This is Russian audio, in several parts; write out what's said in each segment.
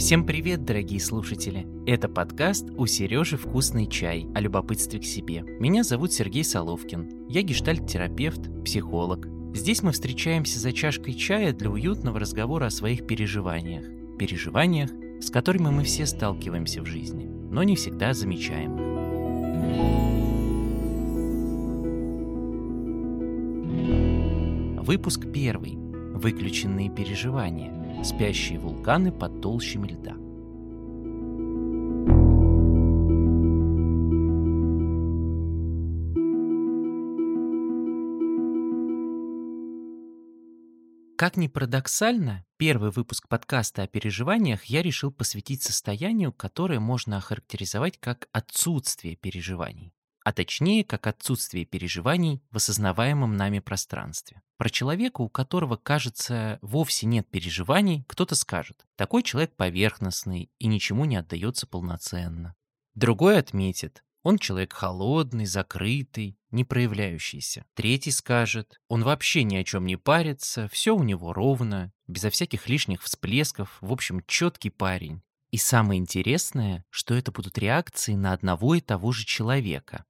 Всем привет, дорогие слушатели! Это подкаст «У Сережи вкусный чай» о любопытстве к себе. Меня зовут Сергей Соловкин. Я гештальт-терапевт, психолог. Здесь мы встречаемся за чашкой чая для уютного разговора о своих переживаниях. Переживаниях, с которыми мы все сталкиваемся в жизни, но не всегда замечаем их. Выпуск 1. Выключенные переживания. Спящие вулканы под толщами льда. Как ни парадоксально, первый выпуск подкаста о переживаниях я решил посвятить состоянию, которое можно охарактеризовать как отсутствие переживаний. А точнее, как отсутствие переживаний в осознаваемом нами пространстве. Про человека, у которого, кажется, вовсе нет переживаний, кто-то скажет: такой человек поверхностный и ничему не отдается полноценно. Другой отметит: он человек холодный, закрытый, не проявляющийся. Третий скажет: он вообще ни о чем не парится, все у него ровно, безо всяких лишних всплесков, в общем, четкий парень. И самое интересное, что это будут реакции на одного и того же человека,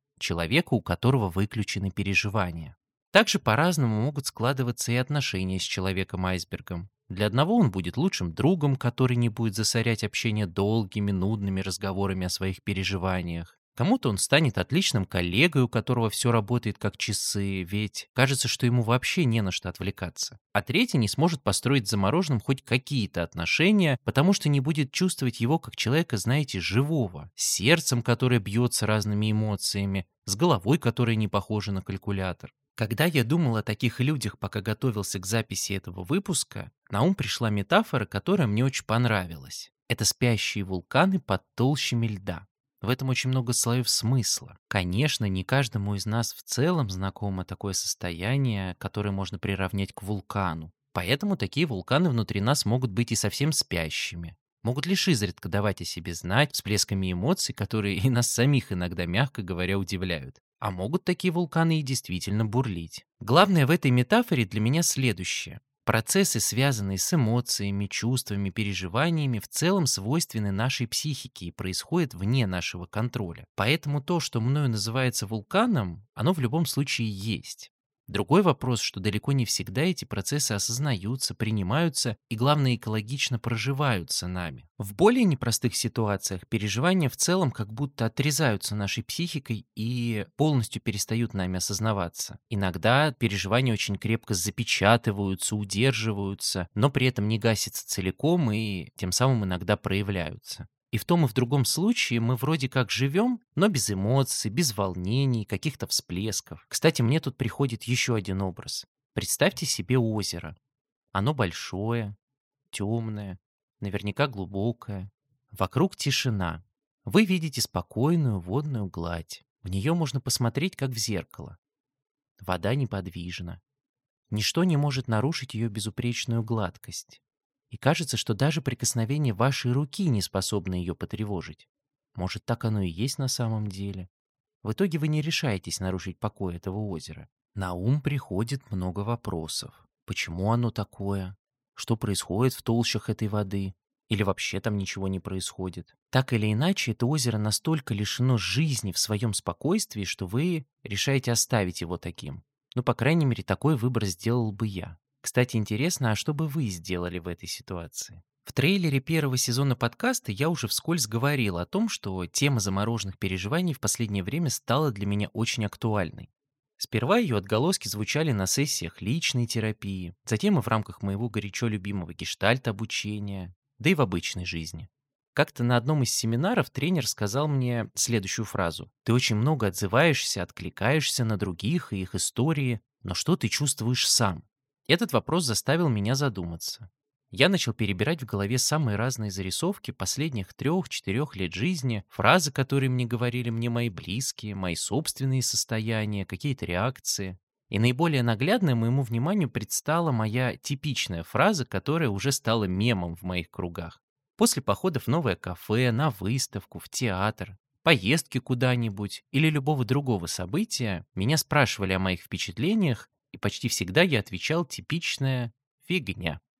у которого выключены переживания. Также по-разному могут складываться и отношения с человеком-айсбергом. Для одного он будет лучшим другом, который не будет засорять общение долгими, нудными разговорами о своих переживаниях. Кому-то он станет отличным коллегой, у которого все работает как часы, ведь кажется, что ему вообще не на что отвлекаться. А третий не сможет построить с замороженным хоть какие-то отношения, потому что не будет чувствовать его как человека, знаете, живого, с сердцем, которое бьется разными эмоциями, с головой, которая не похожа на калькулятор. Когда я думал о таких людях, пока готовился к записи этого выпуска, на ум пришла метафора, которая мне очень понравилась. Это спящие вулканы под толщами льда. В этом очень много слоев смысла. Конечно, не каждому из нас в целом знакомо такое состояние, которое можно приравнять к вулкану. Поэтому такие вулканы внутри нас могут быть и совсем спящими. Могут лишь изредка давать о себе знать всплесками эмоций, которые и нас самих иногда, мягко говоря, удивляют. А могут такие вулканы и действительно бурлить. Главное в этой метафоре для меня следующее. Процессы, связанные с эмоциями, чувствами, переживаниями, в целом свойственны нашей психике и происходят вне нашего контроля. Поэтому то, что мною называется вулканом, оно в любом случае есть. Другой вопрос, что далеко не всегда эти процессы осознаются, принимаются и, главное, экологично проживаются нами. В более непростых ситуациях переживания в целом как будто отрезаются нашей психикой и полностью перестают нами осознаваться. Иногда переживания очень крепко запечатываются, удерживаются, но при этом не гасятся целиком и тем самым иногда проявляются. И в том и в другом случае мы вроде как живем, но без эмоций, без волнений, каких-то всплесков. Кстати, мне тут приходит еще один образ. Представьте себе озеро. Оно большое, темное, наверняка глубокое. Вокруг тишина. Вы видите спокойную водную гладь. В нее можно посмотреть, как в зеркало. Вода неподвижна. Ничто не может нарушить ее безупречную гладкость. И кажется, что даже прикосновение вашей руки не способно ее потревожить. Может, так оно и есть на самом деле? В итоге вы не решаетесь нарушить покой этого озера. На ум приходит много вопросов. Почему оно такое? Что происходит в толщах этой воды? Или вообще там ничего не происходит? Так или иначе, это озеро настолько лишено жизни в своем спокойствии, что вы решаете оставить его таким. Ну, по крайней мере, такой выбор сделал бы я. Кстати, интересно, а что бы вы сделали в этой ситуации? В трейлере первого сезона подкаста я уже вскользь говорил о том, что тема замороженных переживаний в последнее время стала для меня очень актуальной. Сперва ее отголоски звучали на сессиях личной терапии, затем и в рамках моего горячо любимого гештальт-обучения, да и в обычной жизни. Как-то на одном из семинаров тренер сказал мне следующую фразу: «Ты очень много отзываешься, откликаешься на других и их истории, но что ты чувствуешь сам?» Этот вопрос заставил меня задуматься. Я начал перебирать в голове самые разные зарисовки последних 3-4 лет жизни, фразы, которые мне говорили мои близкие, мои собственные состояния, какие-то реакции. И наиболее наглядной моему вниманию предстала моя типичная фраза, которая уже стала мемом в моих кругах. После похода в новое кафе, на выставку, в театр, поездки куда-нибудь или любого другого события меня спрашивали о моих впечатлениях, и почти всегда я отвечал типичная фигня.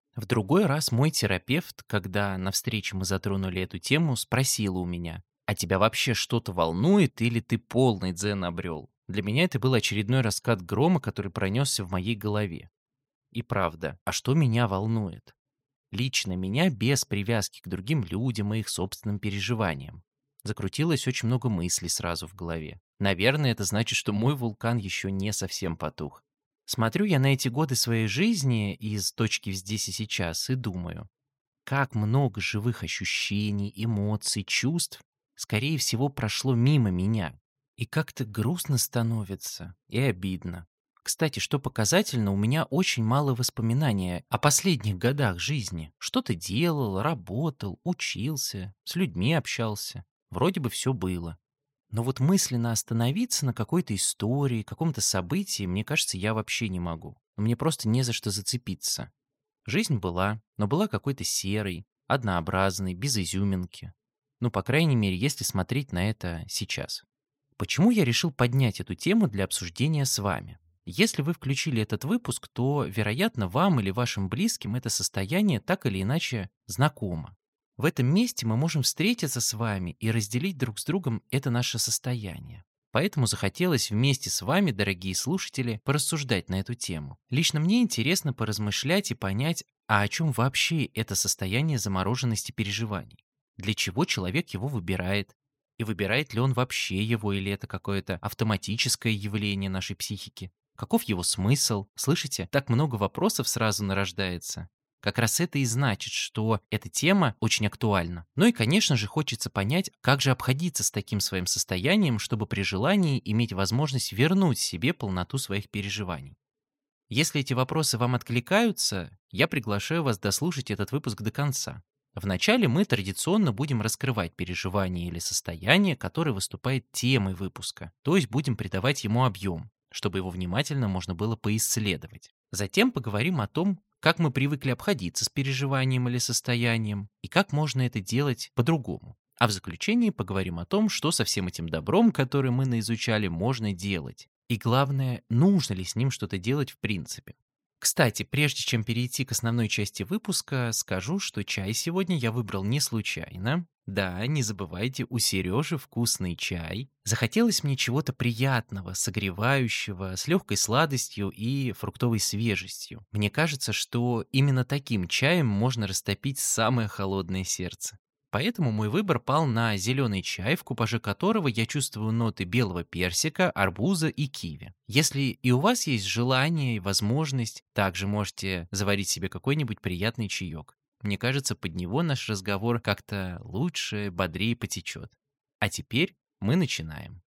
В другой раз мой терапевт, когда на встрече мы затронули эту тему, спросила у меня: «А тебя вообще что-то волнует или ты полный дзен обрел?» Для меня это был очередной раскат грома, который пронесся в моей голове. И правда, а что меня волнует? Лично меня без привязки к другим людям и их собственным переживаниям. Закрутилось очень много мыслей сразу в голове. Наверное, это значит, что мой вулкан еще не совсем потух. Смотрю я на эти годы своей жизни из точки здесь и сейчас и думаю, как много живых ощущений, эмоций, чувств, скорее всего, прошло мимо меня. И как-то грустно становится и обидно. Кстати, что показательно, у меня очень мало воспоминаний о последних годах жизни. Что-то делал, работал, учился, с людьми общался. Вроде бы все было. Но вот мысленно остановиться на какой-то истории, каком-то событии, мне кажется, я вообще не могу. Мне просто не за что зацепиться. Жизнь была, но была какой-то серой, однообразной, без изюминки. Ну, по крайней мере, если смотреть на это сейчас. Почему я решил поднять эту тему для обсуждения с вами? Если вы включили этот выпуск, то, вероятно, вам или вашим близким это состояние так или иначе знакомо. В этом месте мы можем встретиться с вами и разделить друг с другом это наше состояние. Поэтому захотелось вместе с вами, дорогие слушатели, порассуждать на эту тему. Лично мне интересно поразмышлять и понять, а о чем вообще это состояние замороженности переживаний. Для чего человек его выбирает? И выбирает ли он вообще его, или это какое-то автоматическое явление нашей психики? Каков его смысл? Слышите, так много вопросов сразу нарождается. Как раз это и значит, что эта тема очень актуальна. Ну и, конечно же, хочется понять, как же обходиться с таким своим состоянием, чтобы при желании иметь возможность вернуть себе полноту своих переживаний. Если эти вопросы вам откликаются, я приглашаю вас дослушать этот выпуск до конца. Вначале мы традиционно будем раскрывать переживание или состояние, которое выступает темой выпуска, то есть будем придавать ему объем, чтобы его внимательно можно было поисследовать. Затем поговорим о том, как мы привыкли обходиться с переживанием или состоянием, и как можно это делать по-другому. А в заключении поговорим о том, что со всем этим добром, которое мы наизучали, можно делать. И главное, нужно ли с ним что-то делать в принципе. Кстати, прежде чем перейти к основной части выпуска, скажу, что чай сегодня я выбрал не случайно. Да, не забывайте, у Сережи вкусный чай. Захотелось мне чего-то приятного, согревающего, с легкой сладостью и фруктовой свежестью. Мне кажется, что именно таким чаем можно растопить самое холодное сердце. Поэтому мой выбор пал на зеленый чай, в купаже которого я чувствую ноты белого персика, арбуза и киви. Если и у вас есть желание и возможность, также можете заварить себе какой-нибудь приятный чаек. Мне кажется, под него наш разговор как-то лучше, бодрее потечет. А теперь мы начинаем.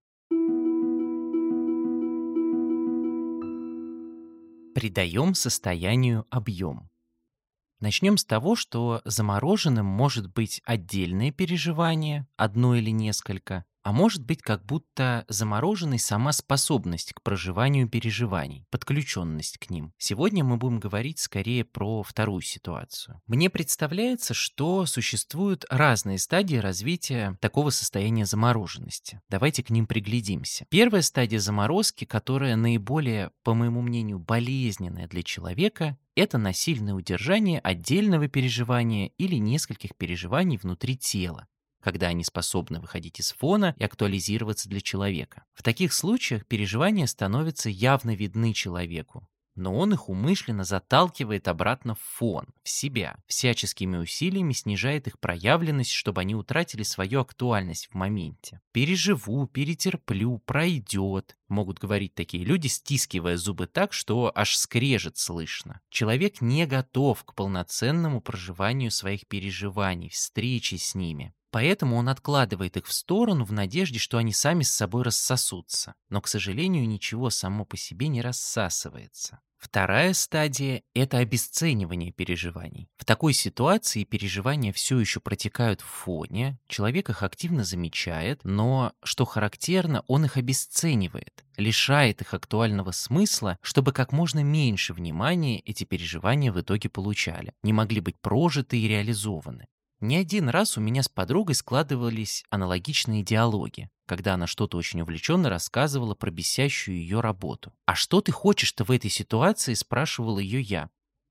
Придаем состоянию объем. Начнем с того, что замороженным может быть отдельное переживание, одно или несколько, а может быть как будто замороженной сама способность к проживанию переживаний, подключенность к ним. Сегодня мы будем говорить скорее про вторую ситуацию. Мне представляется, что существуют разные стадии развития такого состояния замороженности. Давайте к ним приглядимся. Первая стадия заморозки, которая наиболее, по моему мнению, болезненная для человека, это насильное удержание отдельного переживания или нескольких переживаний внутри тела, когда они способны выходить из фона и актуализироваться для человека. В таких случаях переживания становятся явно видны человеку, но он их умышленно заталкивает обратно в фон, в себя, всяческими усилиями снижает их проявленность, чтобы они утратили свою актуальность в моменте. «Переживу, перетерплю, пройдет», могут говорить такие люди, стискивая зубы так, что аж скрежет слышно. Человек не готов к полноценному проживанию своих переживаний, встречи с ними. Поэтому он откладывает их в сторону в надежде, что они сами с собой рассосутся. Но, к сожалению, ничего само по себе не рассасывается. Вторая стадия – это обесценивание переживаний. В такой ситуации переживания все еще протекают в фоне, человек их активно замечает, но, что характерно, он их обесценивает, лишает их актуального смысла, чтобы как можно меньше внимания эти переживания в итоге получали, не могли быть прожиты и реализованы. Не один раз у меня с подругой складывались аналогичные диалоги, когда она что-то очень увлеченно рассказывала про бесящую ее работу. «А что ты хочешь-то в этой ситуации?» – спрашивал ее я.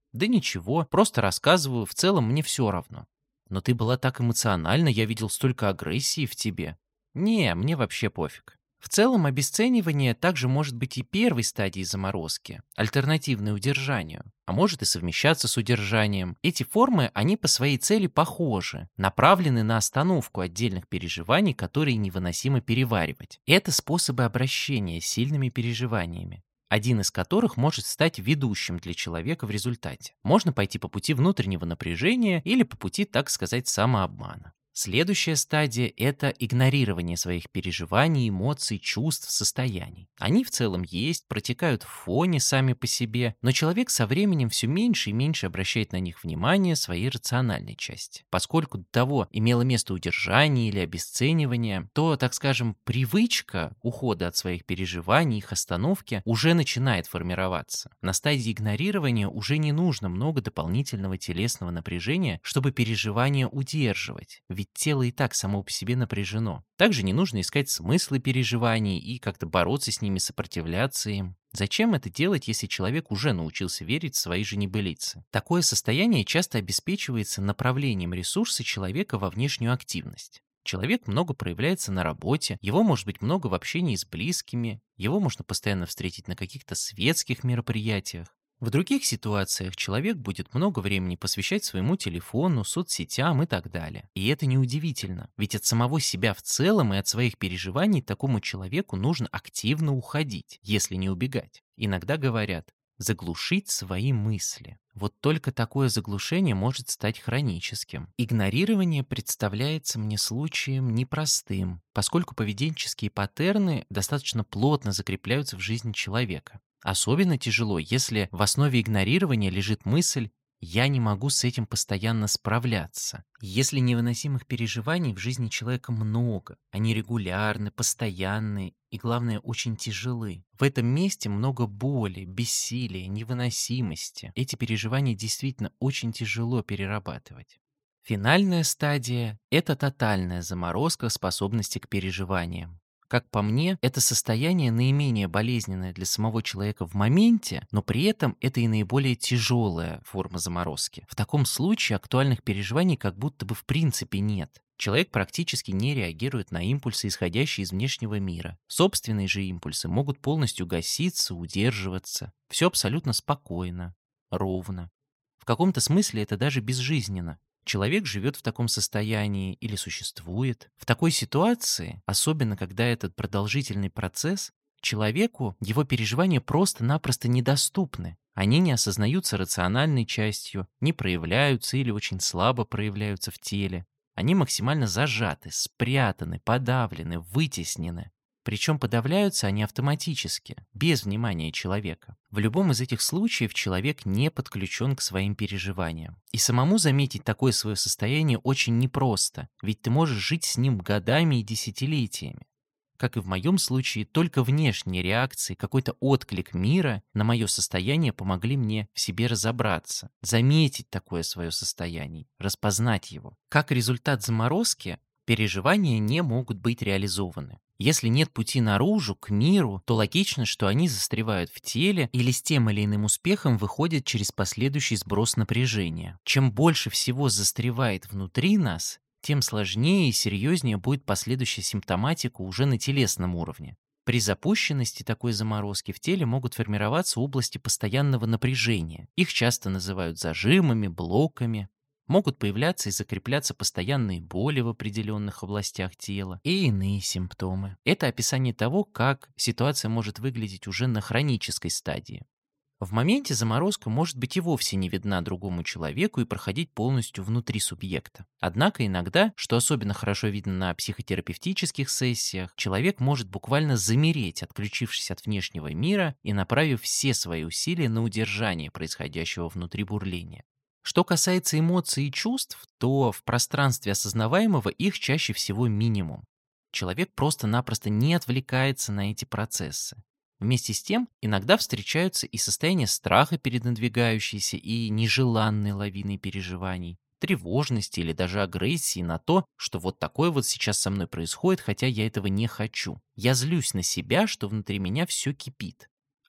Да ничего, просто рассказываю, в целом мне все равно. Но ты была так эмоциональна, я видел столько агрессии в тебе. Не, мне вообще пофиг. В целом, обесценивание также может быть и первой стадией заморозки, альтернативной удержанию, а может и совмещаться с удержанием. Эти формы, они по своей цели похожи, направлены на остановку отдельных переживаний, которые невыносимо переваривать. Это способы обращения с сильными переживаниями, один из которых может стать ведущим для человека в результате. Можно пойти по пути внутреннего напряжения или по пути, так сказать, самообмана. Следующая стадия – это игнорирование своих переживаний, эмоций, чувств, состояний. Они в целом есть, протекают в фоне сами по себе, но человек со временем все меньше и меньше обращает на них внимание своей рациональной части. Поскольку до того имело место удержание или обесценивание, то, так скажем, привычка ухода от своих переживаний, их остановки уже начинает формироваться. На стадии игнорирования уже не нужно много дополнительного телесного напряжения, чтобы переживания удерживать. Ведь тело и так само по себе напряжено. Также не нужно искать смыслы переживаний и как-то бороться с ними, сопротивляться им. Зачем это делать, если человек уже научился верить в свои же небылицы? Такое состояние часто обеспечивается направлением ресурса человека во внешнюю активность. Человек много проявляется на работе, его может быть много в общении с близкими, его можно постоянно встретить на каких-то светских мероприятиях. В других ситуациях человек будет много времени посвящать своему телефону, соцсетям и так далее. И это неудивительно, ведь от самого себя в целом и от своих переживаний такому человеку нужно активно уходить, если не убегать. Иногда говорят заглушить свои мысли. Вот только такое заглушение может стать хроническим. Игнорирование представляется мне случаем непростым, поскольку поведенческие паттерны достаточно плотно закрепляются в жизни человека. Особенно тяжело, если в основе игнорирования лежит мысль «я не могу с этим постоянно справляться». Если невыносимых переживаний в жизни человека много, они регулярны, постоянны и, главное, очень тяжелы. В этом месте много боли, бессилия, невыносимости. Эти переживания действительно очень тяжело перерабатывать. Финальная стадия – это тотальная заморозка способности к переживаниям. Как по мне, это состояние наименее болезненное для самого человека в моменте, но при этом это и наиболее тяжелая форма заморозки. В таком случае актуальных переживаний как будто бы в принципе нет. Человек практически не реагирует на импульсы, исходящие из внешнего мира. Собственные же импульсы могут полностью гаситься, удерживаться. Все абсолютно спокойно, ровно. В каком-то смысле это даже безжизненно. Человек живет в таком состоянии или существует. В такой ситуации, особенно когда этот продолжительный процесс, человеку его переживания просто-напросто недоступны. Они не осознаются рациональной частью, не проявляются или очень слабо проявляются в теле. Они максимально зажаты, спрятаны, подавлены, вытеснены. Причем подавляются они автоматически, без внимания человека. В любом из этих случаев человек не подключен к своим переживаниям. И самому заметить такое свое состояние очень непросто, ведь ты можешь жить с ним годами и десятилетиями. Как и в моем случае, только внешние реакции, какой-то отклик мира на мое состояние помогли мне в себе разобраться, заметить такое свое состояние, распознать его. Как результат заморозки, переживания не могут быть реализованы. Если нет пути наружу, к миру, то логично, что они застревают в теле или с тем или иным успехом выходят через последующий сброс напряжения. Чем больше всего застревает внутри нас, тем сложнее и серьезнее будет последующая симптоматика уже на телесном уровне. При запущенности такой заморозки в теле могут формироваться области постоянного напряжения. Их часто называют зажимами, блоками. Могут появляться и закрепляться постоянные боли в определенных областях тела и иные симптомы. Это описание того, как ситуация может выглядеть уже на хронической стадии. В моменте заморозка может быть и вовсе не видна другому человеку и проходить полностью внутри субъекта. Однако иногда, что особенно хорошо видно на психотерапевтических сессиях, человек может буквально замереть, отключившись от внешнего мира и направив все свои усилия на удержание происходящего внутри бурления. Что касается эмоций и чувств, то в пространстве осознаваемого их чаще всего минимум. Человек просто-напросто не отвлекается на эти процессы. Вместе с тем, иногда встречаются и состояния страха перед надвигающейся и нежеланной лавиной переживаний, тревожности или даже агрессии на то, что вот такое вот сейчас со мной происходит, хотя я этого не хочу. Я злюсь на себя, что внутри меня все кипит.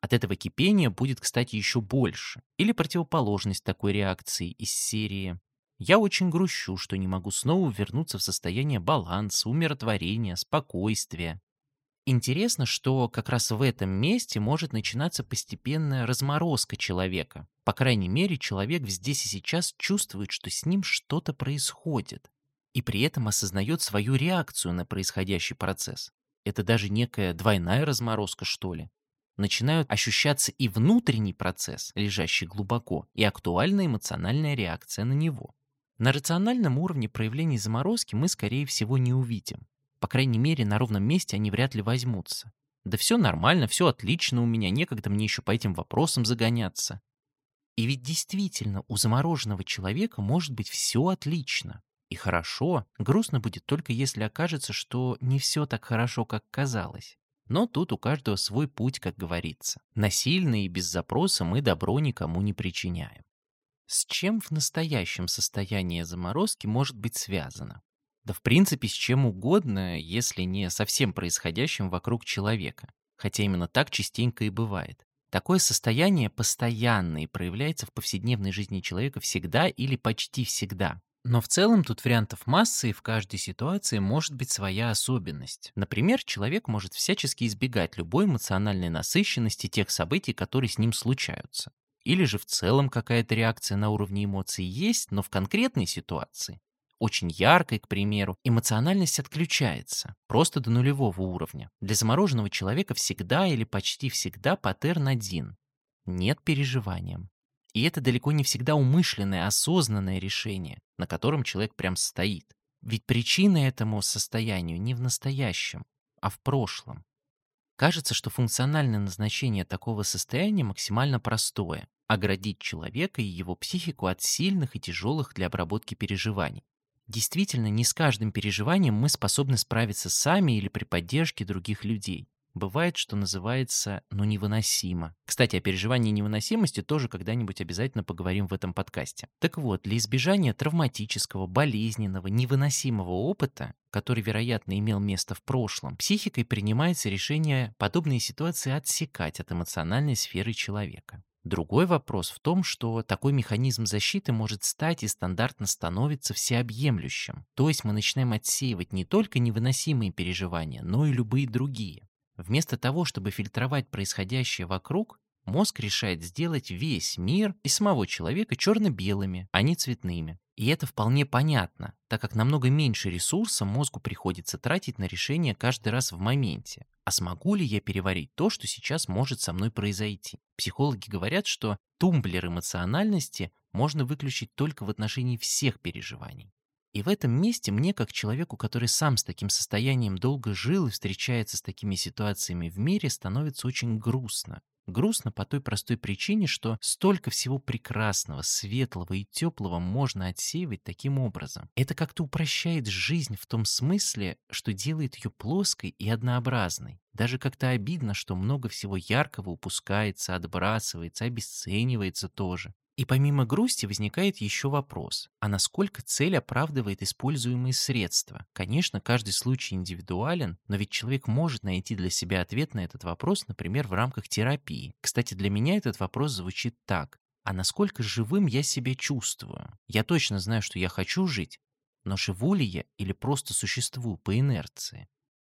От этого кипения будет, кстати, еще больше. Или противоположность такой реакции из серии «Я очень грущу, что не могу снова вернуться в состояние баланса, умиротворения, спокойствия». Интересно, что как раз в этом месте может начинаться постепенная разморозка человека. По крайней мере, человек здесь и сейчас чувствует, что с ним что-то происходит. И при этом осознает свою реакцию на происходящий процесс. Это даже некая двойная разморозка, что ли. Начинают ощущаться и внутренний процесс, лежащий глубоко, и актуальная эмоциональная реакция на него. На рациональном уровне проявлений заморозки мы, скорее всего, не увидим. По крайней мере, на ровном месте они вряд ли возьмутся. Да все нормально, все отлично у меня, некогда мне еще по этим вопросам загоняться. И ведь действительно, у замороженного человека может быть все отлично. И хорошо, грустно будет только если окажется, что не все так хорошо, как казалось. Но тут у каждого свой путь, как говорится. Насильно и без запроса мы добро никому не причиняем. С чем в настоящем состоянии заморозки может быть связано? Да в принципе с чем угодно, если не со всем происходящим вокруг человека. Хотя именно так частенько и бывает. Такое состояние постоянно и проявляется в повседневной жизни человека всегда или почти всегда. Но в целом тут вариантов масса, и в каждой ситуации может быть своя особенность. Например, человек может всячески избегать любой эмоциональной насыщенности тех событий, которые с ним случаются. Или же в целом какая-то реакция на уровне эмоций есть, но в конкретной ситуации, очень яркой, к примеру, эмоциональность отключается, просто до нулевого уровня. Для замороженного человека всегда или почти всегда паттерн один – нет переживаниям. И это далеко не всегда умышленное, осознанное решение, на котором человек прям стоит. Ведь причина этому состоянию не в настоящем, а в прошлом. Кажется, что функциональное назначение такого состояния максимально простое – оградить человека и его психику от сильных и тяжелых для обработки переживаний. Действительно, не с каждым переживанием мы способны справиться сами или при поддержке других людей. Бывает, что называется, невыносимо. Кстати, о переживании невыносимости тоже когда-нибудь обязательно поговорим в этом подкасте. Так вот, для избежания травматического, болезненного, невыносимого опыта, который, вероятно, имел место в прошлом, психикой принимается решение подобные ситуации отсекать от эмоциональной сферы человека. Другой вопрос в том, что такой механизм защиты может стать и стандартно становится всеобъемлющим. То есть мы начинаем отсеивать не только невыносимые переживания, но и любые другие. Вместо того, чтобы фильтровать происходящее вокруг, мозг решает сделать весь мир и самого человека черно-белыми, а не цветными. И это вполне понятно, так как намного меньше ресурса мозгу приходится тратить на решение каждый раз в моменте. А смогу ли я переварить то, что сейчас может со мной произойти? Психологи говорят, что тумблер эмоциональности можно выключить только в отношении всех переживаний. И в этом месте мне, как человеку, который сам с таким состоянием долго жил и встречается с такими ситуациями в мире, становится очень грустно. Грустно по той простой причине, что столько всего прекрасного, светлого и теплого можно отсеивать таким образом. Это как-то упрощает жизнь в том смысле, что делает ее плоской и однообразной. Даже как-то обидно, что много всего яркого упускается, отбрасывается, обесценивается тоже. И помимо грусти возникает еще вопрос, а насколько цель оправдывает используемые средства? Конечно, каждый случай индивидуален, но ведь человек может найти для себя ответ на этот вопрос, например, в рамках терапии. Кстати, для меня этот вопрос звучит так. А насколько живым я себя чувствую? Я точно знаю, что я хочу жить, но живу ли я или просто существую по инерции?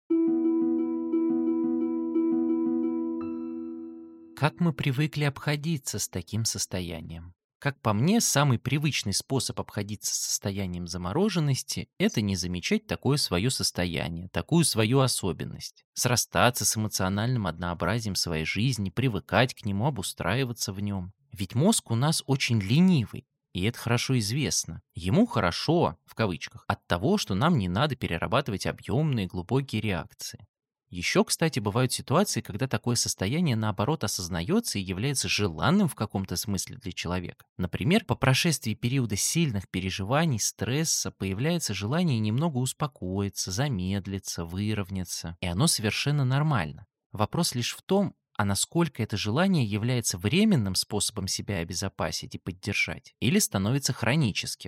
Как мы привыкли обходиться с таким состоянием? Как по мне, самый привычный способ обходиться с состоянием замороженности – это не замечать такое свое состояние, такую свою особенность. Срастаться с эмоциональным однообразием своей жизни, привыкать к нему, обустраиваться в нем. Ведь мозг у нас очень ленивый, и это хорошо известно. Ему хорошо, в кавычках, от того, что нам не надо перерабатывать объемные глубокие реакции. Еще, кстати, бывают ситуации, когда такое состояние, наоборот, осознается и является желанным в каком-то смысле для человека. Например, по прошествии периода сильных переживаний, стресса, появляется желание немного успокоиться, замедлиться, выровняться. И оно совершенно нормально. Вопрос лишь в том, а насколько это желание является временным способом себя обезопасить и поддержать, или становится хроническим.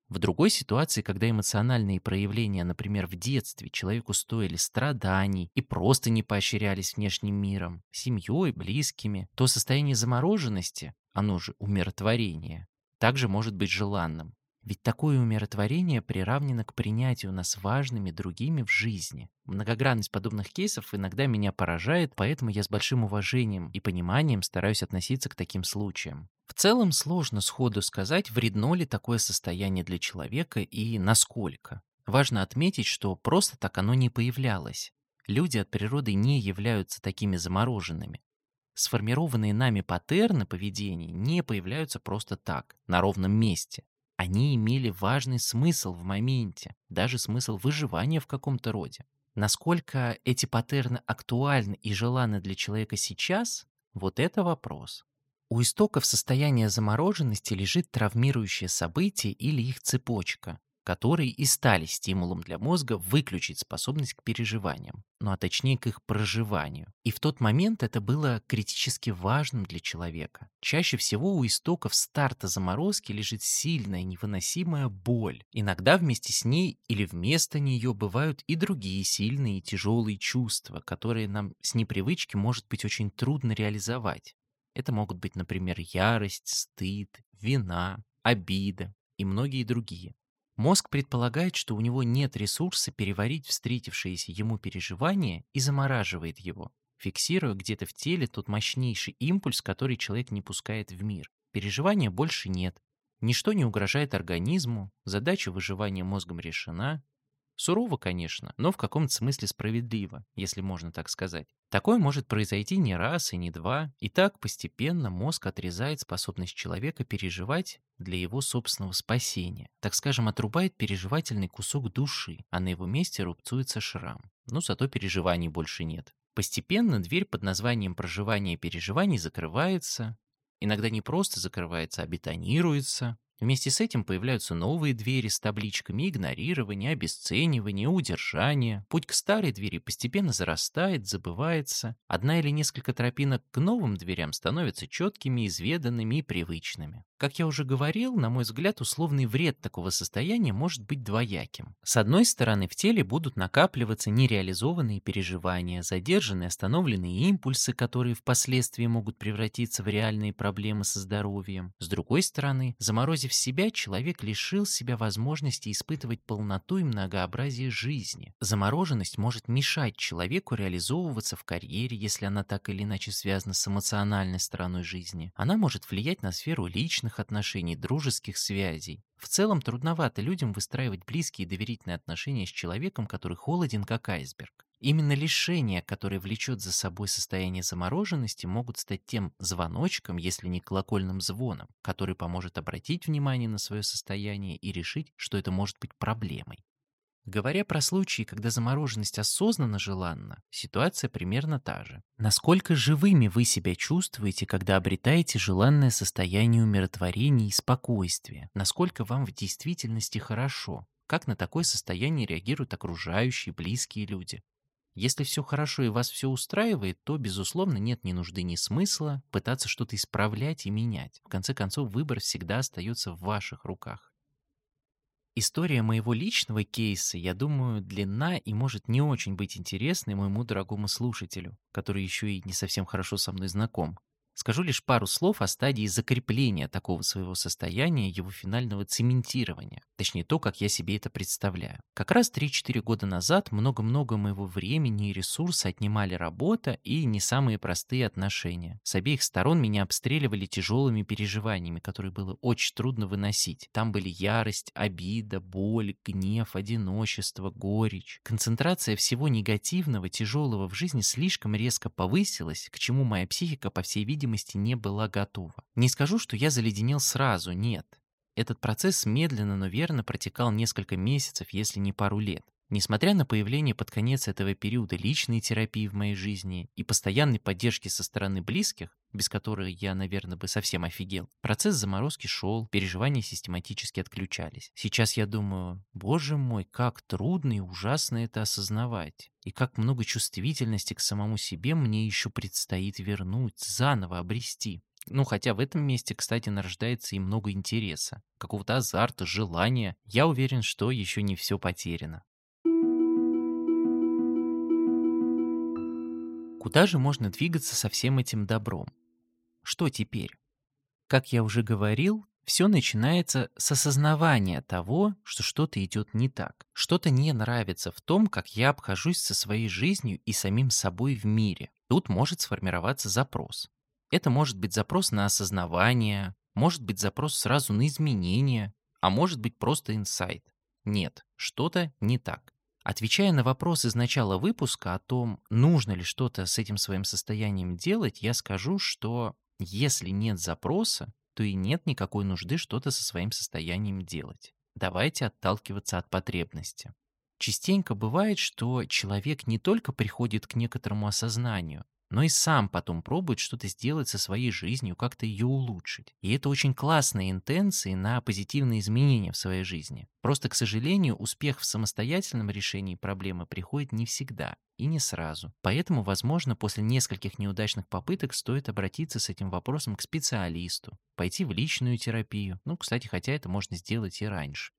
В другой ситуации, когда эмоциональные проявления, например, в детстве, человеку стоили страданий и просто не поощрялись внешним миром, семьей, близкими, то состояние замороженности, оно же умиротворение, также может быть желанным. Ведь такое умиротворение приравнено к принятию нас важными другими в жизни. Многогранность подобных кейсов иногда меня поражает, поэтому я с большим уважением и пониманием стараюсь относиться к таким случаям. В целом сложно сходу сказать, вредно ли такое состояние для человека и насколько. Важно отметить, что просто так оно не появлялось. Люди от природы не являются такими замороженными. Сформированные нами паттерны поведения не появляются просто так, на ровном месте. Они имели важный смысл в моменте, даже смысл выживания в каком-то роде. Насколько эти паттерны актуальны и желанны для человека сейчас, вот это вопрос. У истоков состояния замороженности лежит травмирующее событие или их цепочка, которые и стали стимулом для мозга выключить способность к переживаниям, ну а точнее к их проживанию. И в тот момент это было критически важным для человека. Чаще всего у истоков старта заморозки лежит сильная невыносимая боль. Иногда вместе с ней или вместо нее бывают и другие сильные и тяжелые чувства, которые нам с непривычки может быть очень трудно реализовать. Это могут быть, например, ярость, стыд, вина, обида и многие другие. Мозг предполагает, что у него нет ресурса переварить встретившиеся ему переживания и замораживает его, фиксируя где-то в теле тот мощнейший импульс, который человек не пускает в мир. Переживания больше нет. Ничто не угрожает организму, задача выживания мозгом решена. Сурово, конечно, но в каком-то смысле справедливо, если можно так сказать. Такое может произойти не раз и не два, и так постепенно мозг отрезает способность человека переживать для его собственного спасения. Так скажем, отрубает переживательный кусок души, а на его месте рубцуется шрам. Но зато переживаний больше нет. Постепенно дверь под названием проживания переживаний закрывается. Иногда не просто закрывается, а бетонируется. Вместе с этим появляются новые двери с табличками игнорирования, обесценивания, удержания. Путь к старой двери постепенно зарастает, забывается. Одна или несколько тропинок к новым дверям становятся четкими, изведанными и привычными. Как я уже говорил, на мой взгляд, условный вред такого состояния может быть двояким. С одной стороны, в теле будут накапливаться нереализованные переживания, задержанные, остановленные импульсы, которые впоследствии могут превратиться в реальные проблемы со здоровьем. С другой стороны, заморозив себя, человек лишил себя возможности испытывать полноту и многообразие жизни. Замороженность может мешать человеку реализовываться в карьере, если она так или иначе связана с эмоциональной стороной жизни. Она может влиять на сферу личных отношений, дружеских связей. В целом трудновато людям выстраивать близкие и доверительные отношения с человеком, который холоден, как айсберг. Именно лишения, которые влечет за собой состояние замороженности, могут стать тем звоночком, если не колокольным звоном, который поможет обратить внимание на свое состояние и решить, что это может быть проблемой. Говоря про случаи, когда замороженность осознанно желанна, ситуация примерно та же. Насколько живыми вы себя чувствуете, когда обретаете желанное состояние умиротворения и спокойствия? Насколько вам в действительности хорошо? Как на такое состояние реагируют окружающие, близкие люди? Если все хорошо и вас все устраивает, то, безусловно, нет ни нужды, ни смысла пытаться что-то исправлять и менять. В конце концов, выбор всегда остается в ваших руках. История моего личного кейса, я думаю, длинна и может не очень быть интересной моему дорогому слушателю, который еще и не совсем хорошо со мной знаком. Скажу лишь пару слов о стадии закрепления такого своего состояния, его финального цементирования. Точнее, то, как я себе это представляю. Как раз 3-4 года назад много-много моего времени и ресурса отнимали работа и не самые простые отношения. С обеих сторон меня обстреливали тяжелыми переживаниями, которые было очень трудно выносить. Там были ярость, обида, боль, гнев, одиночество, горечь. Концентрация всего негативного, тяжелого в жизни слишком резко повысилась, к чему моя психика, по всей видимости, не была готова. Не скажу, что я заледенел сразу, нет. Этот процесс медленно, но верно протекал несколько месяцев, если не пару лет. Несмотря на появление под конец этого периода личной терапии в моей жизни и постоянной поддержки со стороны близких, без которой я, наверное, бы совсем офигел, процесс заморозки шел, переживания систематически отключались. Сейчас я думаю, боже мой, как трудно и ужасно это осознавать. И как много чувствительности к самому себе мне еще предстоит вернуть, заново обрести. Ну, хотя в этом месте, кстати, нарождается и много интереса, какого-то азарта, желания. Я уверен, что еще не все потеряно. Куда же можно двигаться со всем этим добром? Что теперь? Как я уже говорил, все начинается с осознавания того, что что-то идет не так. Что-то не нравится в том, как я обхожусь со своей жизнью и самим собой в мире. Тут может сформироваться запрос. Это может быть запрос на осознавание, может быть запрос сразу на изменения, а может быть просто инсайт. Нет, что-то не так. Отвечая на вопрос из начала выпуска о том, нужно ли что-то с этим своим состоянием делать, я скажу, что если нет запроса, то и нет никакой нужды что-то со своим состоянием делать. Давайте отталкиваться от потребности. Частенько бывает, что человек не только приходит к некоторому осознанию, но и сам потом пробует что-то сделать со своей жизнью, как-то ее улучшить. И это очень классные интенции на позитивные изменения в своей жизни. Просто, к сожалению, успех в самостоятельном решении проблемы приходит не всегда и не сразу. Поэтому, возможно, после нескольких неудачных попыток стоит обратиться с этим вопросом к специалисту, пойти в личную терапию. Ну, кстати, хотя это можно сделать и раньше.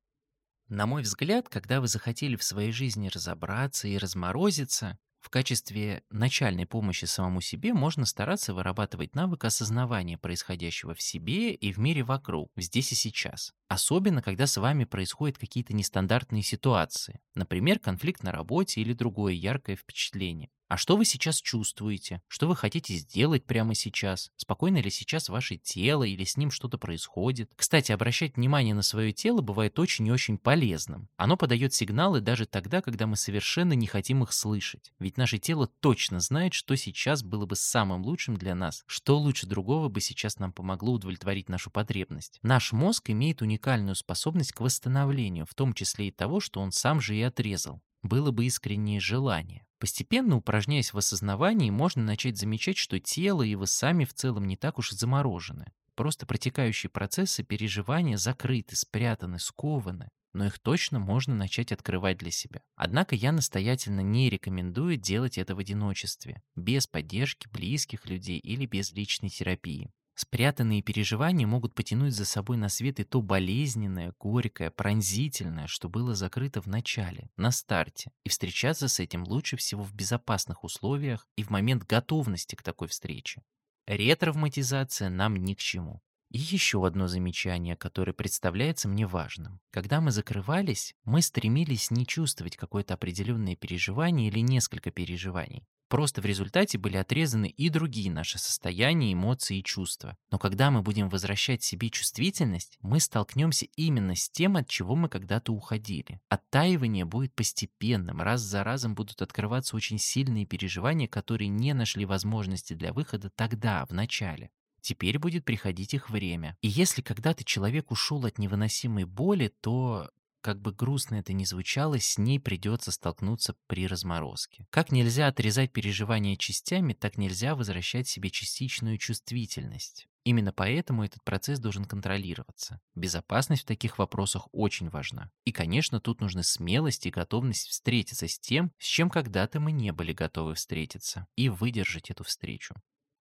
На мой взгляд, когда вы захотели в своей жизни разобраться и разморозиться, в качестве начальной помощи самому себе можно стараться вырабатывать навык осознавания происходящего в себе и в мире вокруг, здесь и сейчас. Особенно, когда с вами происходят какие-то нестандартные ситуации, например, конфликт на работе или другое яркое впечатление. А что вы сейчас чувствуете? Что вы хотите сделать прямо сейчас? Спокойно ли сейчас ваше тело или с ним что-то происходит? Кстати, обращать внимание на свое тело бывает очень и очень полезным. Оно подает сигналы даже тогда, когда мы совершенно не хотим их слышать. Ведь наше тело точно знает, что сейчас было бы самым лучшим для нас, что лучше другого бы сейчас нам помогло удовлетворить нашу потребность. Наш мозг имеет уникальную способность к восстановлению, в том числе и того, что он сам же и отрезал. Было бы искреннее желание. Постепенно, упражняясь в осознавании, можно начать замечать, что тело и вы сами в целом не так уж и заморожены. Просто протекающие процессы переживания закрыты, спрятаны, скованы, но их точно можно начать открывать для себя. Однако я настоятельно не рекомендую делать это в одиночестве, без поддержки близких людей или без личной терапии. Спрятанные переживания могут потянуть за собой на свет и то болезненное, горькое, пронзительное, что было закрыто в начале, на старте. И встречаться с этим лучше всего в безопасных условиях и в момент готовности к такой встрече. Ретравматизация нам ни к чему. И еще одно замечание, которое представляется мне важным. Когда мы закрывались, мы стремились не чувствовать какое-то определенное переживание или несколько переживаний. Просто в результате были отрезаны и другие наши состояния, эмоции и чувства. Но когда мы будем возвращать себе чувствительность, мы столкнемся именно с тем, от чего мы когда-то уходили. Оттаивание будет постепенным, раз за разом будут открываться очень сильные переживания, которые не нашли возможности для выхода тогда, в начале. Теперь будет приходить их время. И если когда-то человек ушел от невыносимой боли, то, как бы грустно это ни звучало, с ней придется столкнуться при разморозке. Как нельзя отрезать переживания частями, так нельзя возвращать себе частичную чувствительность. Именно поэтому этот процесс должен контролироваться. Безопасность в таких вопросах очень важна. И, конечно, тут нужны смелость и готовность встретиться с тем, с чем когда-то мы не были готовы встретиться, и выдержать эту встречу.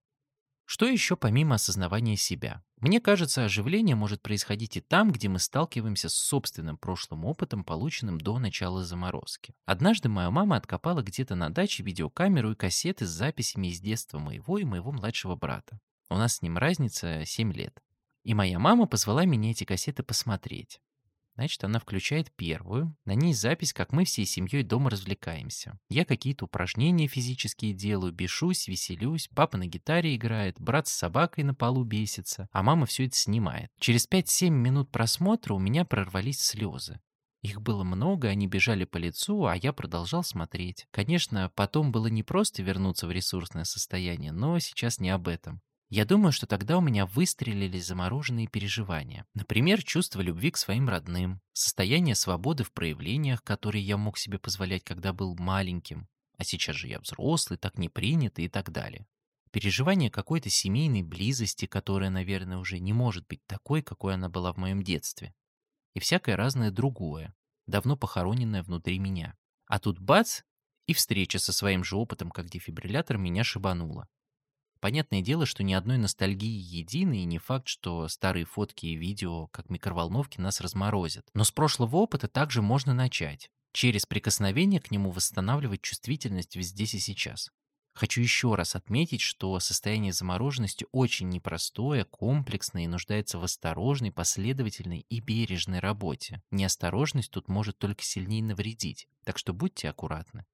Что еще помимо осознавания себя? Мне кажется, оживление может происходить и там, где мы сталкиваемся с собственным прошлым опытом, полученным до начала заморозки. Однажды моя мама откопала где-то на даче видеокамеру и кассеты с записями из детства моего и моего младшего брата. У нас с ним разница 7 лет. И моя мама позвала меня эти кассеты посмотреть. Значит, она включает первую. На ней запись, как мы всей семьей дома развлекаемся. Я какие-то упражнения физические делаю, бешусь, веселюсь. Папа на гитаре играет, брат с собакой на полу бесится, а мама все это снимает. Через 5-7 минут просмотра у меня прорвались слезы. Их было много, они бежали по лицу, а я продолжал смотреть. Конечно, потом было непросто вернуться в ресурсное состояние, но сейчас не об этом. Я думаю, что тогда у меня выстрелили замороженные переживания. Например, чувство любви к своим родным, состояние свободы в проявлениях, которые я мог себе позволять, когда был маленьким, а сейчас же я взрослый, так не принято и так далее. Переживание какой-то семейной близости, которая, наверное, уже не может быть такой, какой она была в моем детстве. И всякое разное другое, давно похороненное внутри меня. А тут бац, и встреча со своим же опытом как дефибриллятор меня шибанула. Понятное дело, что ни одной ностальгии единой, и не факт, что старые фотки и видео, как микроволновки, нас разморозят. Но с прошлого опыта также можно начать. Через прикосновение к нему восстанавливать чувствительность здесь и сейчас. Хочу еще раз отметить, что состояние замороженности очень непростое, комплексное и нуждается в осторожной, последовательной и бережной работе. Неосторожность тут может только сильнее навредить, так что будьте аккуратны.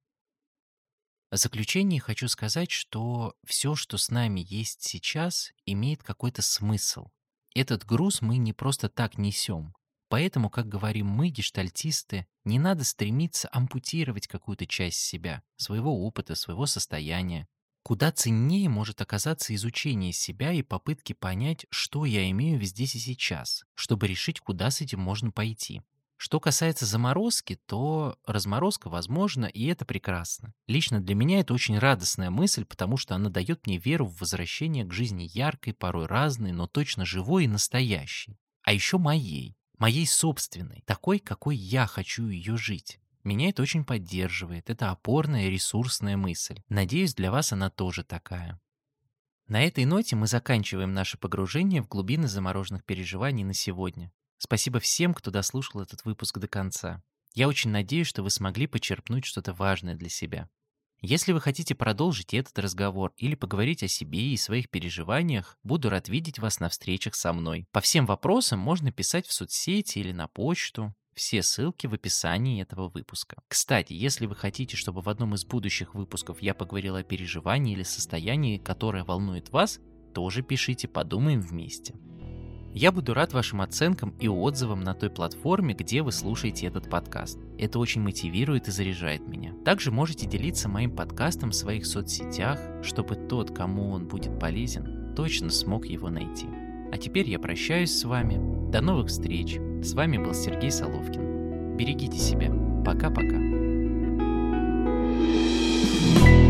В заключение хочу сказать, что все, что с нами есть сейчас, имеет какой-то смысл. Этот груз мы не просто так несем. Поэтому, как говорим мы, гештальтисты, не надо стремиться ампутировать какую-то часть себя, своего опыта, своего состояния. Куда ценнее может оказаться изучение себя и попытки понять, что я имею здесь и сейчас, чтобы решить, куда с этим можно пойти. Что касается заморозки, то разморозка возможна, и это прекрасно. Лично для меня это очень радостная мысль, потому что она дает мне веру в возвращение к жизни яркой, порой разной, но точно живой и настоящей. А еще моей собственной, такой, какой я хочу ее жить. Меня это очень поддерживает, это опорная, ресурсная мысль. Надеюсь, для вас она тоже такая. На этой ноте мы заканчиваем наше погружение в глубины замороженных переживаний на сегодня. Спасибо всем, кто дослушал этот выпуск до конца. Я очень надеюсь, что вы смогли почерпнуть что-то важное для себя. Если вы хотите продолжить этот разговор или поговорить о себе и своих переживаниях, буду рад видеть вас на встречах со мной. По всем вопросам можно писать в соцсети или на почту. Все ссылки в описании этого выпуска. Кстати, если вы хотите, чтобы в одном из будущих выпусков я поговорил о переживании или состоянии, которое волнует вас, тоже пишите, подумаем вместе. Я буду рад вашим оценкам и отзывам на той платформе, где вы слушаете этот подкаст. Это очень мотивирует и заряжает меня. Также можете делиться моим подкастом в своих соцсетях, чтобы тот, кому он будет полезен, точно смог его найти. А теперь я прощаюсь с вами. До новых встреч. С вами был Сергей Соловкин. Берегите себя. Пока-пока.